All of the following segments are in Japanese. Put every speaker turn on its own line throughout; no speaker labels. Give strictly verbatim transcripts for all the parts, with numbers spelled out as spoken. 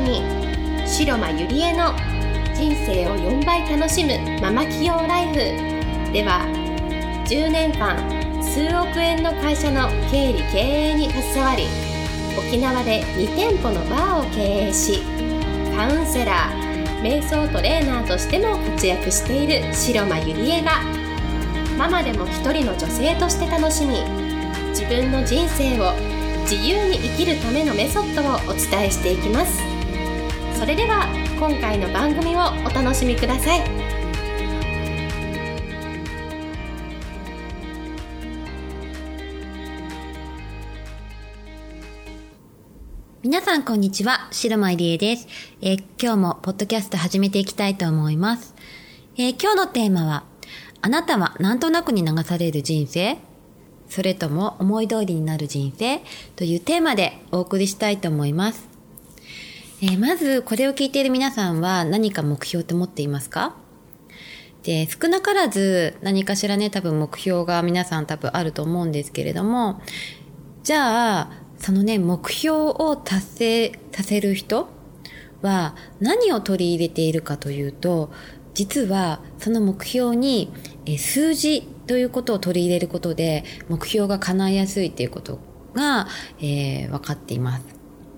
に白間ゆりえの人生をよんばい楽しむママ起業ライフでは、じゅうねんかん数億円の会社の経理経営に携わり、沖縄でにてんぽのバーを経営し、カウンセラー、瞑想トレーナーとしても活躍している白間ゆりえが、ママでも一人の女性として楽しみ、自分の人生を自由に生きるためのメソッドをお伝えしていきます。それでは今回の番組をお楽しみください。
皆さんこんにちは、白間入江です、えー、今日もポッドキャスト始めていきたいと思います、えー、今日のテーマは、あなたはなんとなくに流される人生、それとも思い通りになる人生というテーマでお送りしたいと思います。えー、まずこれを聞いている皆さんは何か目標って持っていますか？で、少なからず何かしらね、多分目標が皆さん多分あると思うんですけれども、じゃあそのね、目標を達成させる人は何を取り入れているかというと、実はその目標に数字ということを取り入れることで目標が叶いやすいということが、えー、分かっています。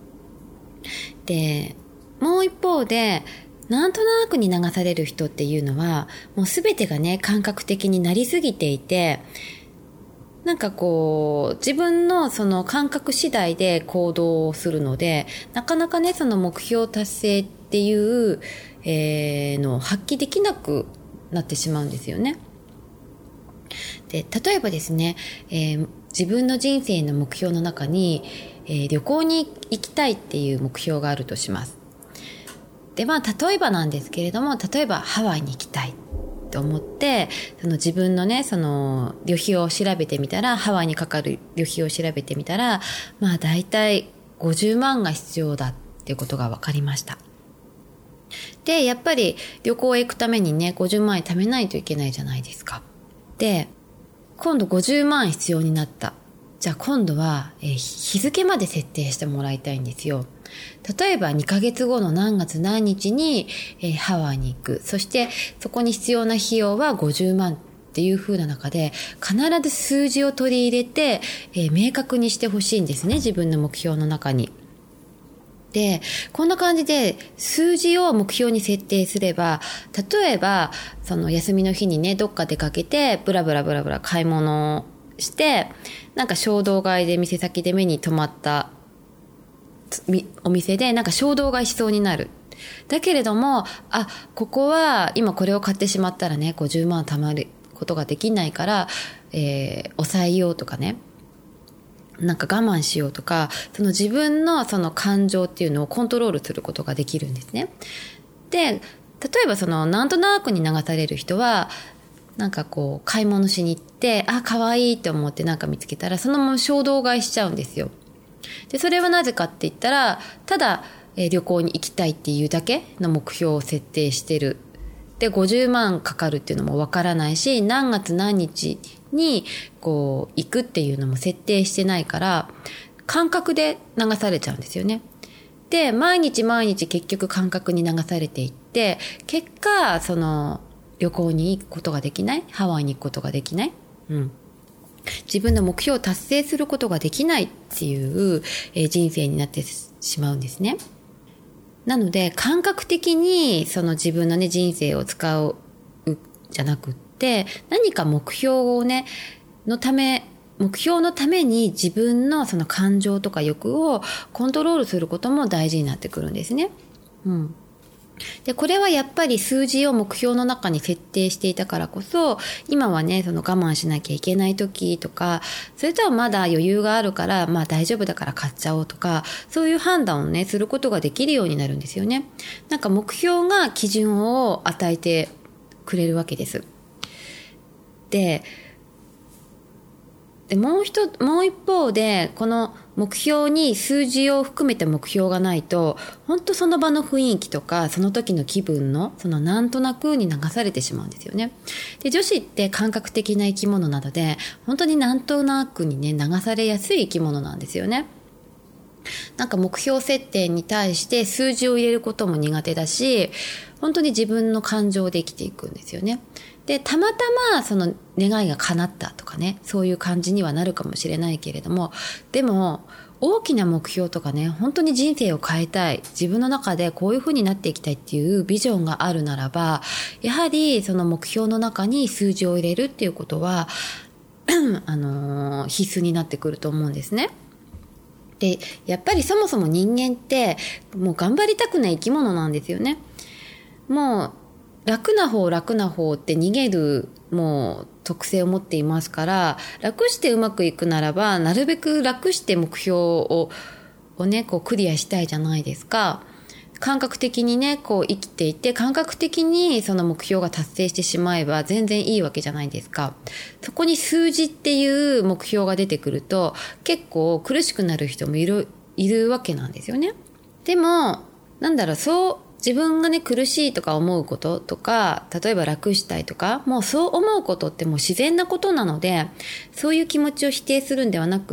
で、もう一方で、なんとなくに流される人っていうのは、もうすべてがね、感覚的になりすぎていて、なんかこう、自分のその感覚次第で行動をするので、なかなかね、その目標達成っていう、えー、のを発揮できなくなってしまうんですよね。で、例えばですね、えー、自分の人生の目標の中に、えー、旅行に行きたいっていう目標があるとします。で、まあ例えばなんですけれども、例えばハワイに行きたいと思って、その自分のね、その旅費を調べてみたら、ハワイにかかる旅費を調べてみたら、まあ大体ごじゅうまんが必要だっていうことが分かりました。で、やっぱり旅行へ行くためにね、ごじゅうまん円貯めないといけないじゃないですか。で、今度ごじゅうまん必要になった。じゃあ今度は、えー、日付まで設定してもらいたいんですよ。例えばにかげつごの何月何日に、えー、ハワイに行く。そしてそこに必要な費用はごじゅうまんっていう風な中で、必ず数字を取り入れて、えー、明確にしてほしいんですね。自分の目標の中に。で、こんな感じで数字を目標に設定すれば、例えばその休みの日にね、どっか出かけてブラブラブラブラ買い物をして、なんか衝動買いで店先で目に留まったお店でなんか衝動買いしそうになる。だけれども、あ、ここは今これを買ってしまったらね、ごじゅうまん貯まることができないから、えー、抑えようとかね、なんか我慢しようとか、その自分のその感情っていうのをコントロールすることができるんですね。で、例えばそのなんとなくに流される人は、なんかこう買い物しに行って、あ、可愛いって思ってなんか見つけたら、そのまま衝動買いしちゃうんですよ。で、それはなぜかって言ったら、ただ、えー、旅行に行きたいっていうだけの目標を設定してる。で、ごじゅうまんかかるっていうのもわからないし、何月何日にこう行くっていうのも設定してないから、感覚で流されちゃうんですよね。で、毎日毎日結局感覚に流されていって、結果、その、旅行に行くことができない、ハワイに行くことができない、うん、自分の目標を達成することができないっていう、えー、人生になってしまうんですね。なので感覚的にその自分のね、人生を使うじゃなくって、何か目標をねのため目標のために自分のその感情とか欲をコントロールすることも大事になってくるんですね。うん。で、これはやっぱり数字を目標の中に設定していたからこそ、今はね、その我慢しなきゃいけない時とか、それとはまだ余裕があるから、まあ大丈夫だから買っちゃおうとか、そういう判断をね、することができるようになるんですよね。なんか目標が基準を与えてくれるわけです。で、でもう一、もう一方で、この目標に数字を含めて目標がないと、本当その場の雰囲気とか、その時の気分の、そのなんとなくに流されてしまうんですよね。で、女子って感覚的な生き物なので、本当になんとなくにね、流されやすい生き物なんですよね。 なんか目標設定に対して数字を入れることも苦手だし、本当に自分の感情で生きていくんですよね。で、たまたまその願いが叶ったとかね、そういう感じにはなるかもしれないけれども、でも大きな目標とかね、本当に人生を変えたい、自分の中でこういう風になっていきたいっていうビジョンがあるならば、やはりその目標の中に数字を入れるっていうことはあのー、必須になってくると思うんですね。で、やっぱりそもそも人間ってもう頑張りたくない生き物なんですよね。もう楽な方楽な方って逃げるもう特性を持っていますから、楽してうまくいくならばなるべく楽して目標ををねこうクリアしたいじゃないですか。感覚的にねこう生きていて、感覚的にその目標が達成してしまえば全然いいわけじゃないですか。そこに数字っていう目標が出てくると結構苦しくなる人もいるいるわけなんですよね。でもなんだろう、そう自分がね苦しいとか思うこととか、例えば楽したいとか、もうそう思うことってもう自然なことなので、そういう気持ちを否定するんではなくって、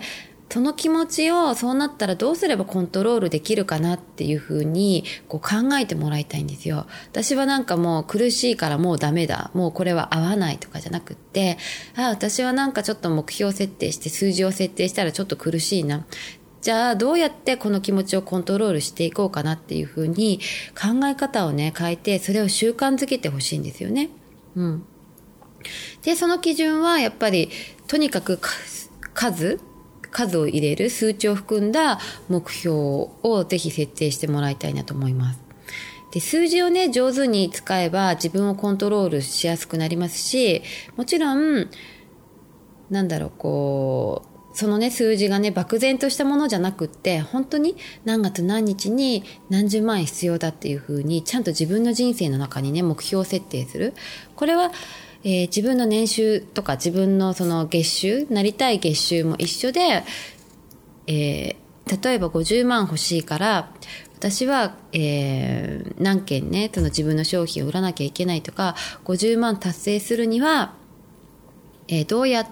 その気持ちをそうなったらどうすればコントロールできるかなっていうふうにこう考えてもらいたいんですよ。私はなんかもう苦しいからもうダメだ、もうこれは合わないとかじゃなくって、あ、私はなんかちょっと目標設定して数字を設定したらちょっと苦しいな、じゃあどうやってこの気持ちをコントロールしていこうかなっていうふうに考え方をね変えて、それを習慣づけてほしいんですよね。うん。で、その基準はやっぱりとにかく数数を入れる数値を含んだ目標をぜひ設定してもらいたいなと思います。で、数字をね上手に使えば自分をコントロールしやすくなりますし、もちろんなんだろうこうそのね数字がね漠然としたものじゃなくって、本当に何月何日に何十万円必要だっていう風にちゃんと自分の人生の中にね目標設定する。これは、えー、自分の年収とか自分のその月収、なりたい月収も一緒で、えー、例えばごじゅうまん欲しいから私は、えー、何件ねその自分の商品を売らなきゃいけないとか、ごじゅうまん達成するにはえー、どうやって、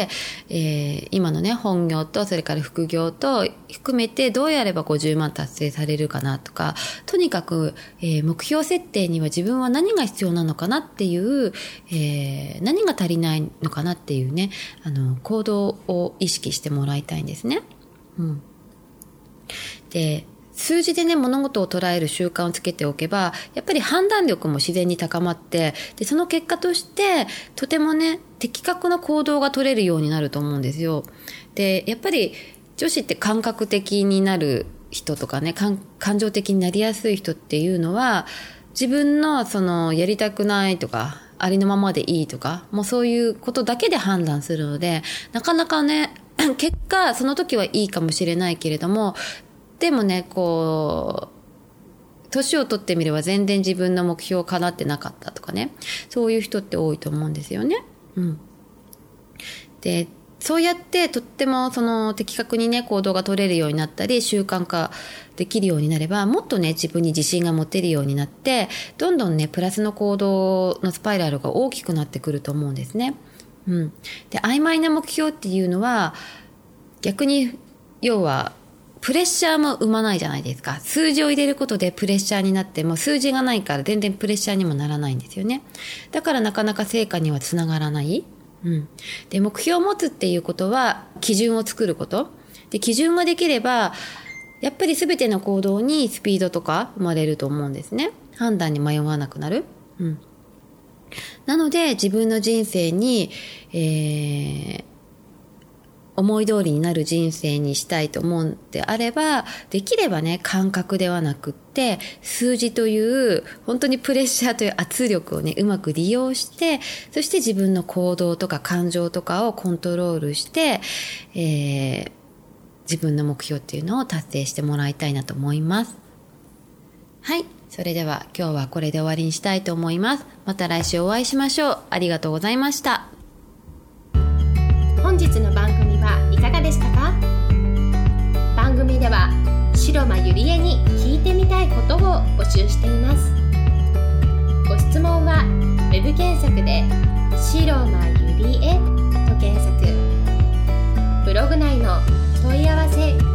えー、今のね本業とそれから副業と含めてどうやればごじゅうまん達成されるかなとか、とにかく、えー、目標設定には自分は何が必要なのかなっていう、えー、何が足りないのかなっていうねあの行動を意識してもらいたいんですね。うん。で、数字でね物事を捉える習慣をつけておけば、やっぱり判断力も自然に高まって、でその結果としてとてもね的確な行動が取れるようになると思うんですよ。で、やっぱり女子って感覚的になる人とかね、感情的になりやすい人っていうのは、自分のそのやりたくないとかありのままでいいとか、もうそういうことだけで判断するので、なかなかね結果その時はいいかもしれないけれども、でもねこう年を取ってみれば全然自分の目標叶ってなかったとかね、そういう人って多いと思うんですよね。うん。で、そうやってとってもその的確にね行動が取れるようになったり習慣化できるようになれば、もっとね自分に自信が持てるようになって、どんどんねプラスの行動のスパイラルが大きくなってくると思うんですね。うん。で、曖昧な目標っていうのは逆に要はプレッシャーも生まないじゃないですか。数字を入れることでプレッシャーになっても、数字がないから全然プレッシャーにもならないんですよね。だからなかなか成果にはつながらない。うん。で、目標を持つっていうことは基準を作ること。で、基準ができればやっぱり全ての行動にスピードとか生まれると思うんですね。判断に迷わなくなる。うん。なので自分の人生に、えー思い通りになる人生にしたいと思うんであれば、できればね感覚ではなくって数字という本当にプレッシャーという圧力をねうまく利用して、そして自分の行動とか感情とかをコントロールして、えー、自分の目標っていうのを達成してもらいたいなと思います。はい、それでは今日はこれで終わりにしたいと思います。また来週お会いしましょう。ありがとうございました。
本日の番組はいかがでしたか？番組では白間ゆりえに聞いてみたいことを募集しています。ご質問はウェブ検索で白間ゆりえと検索、ブログ内の問い合わせか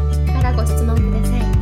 らご質問ください。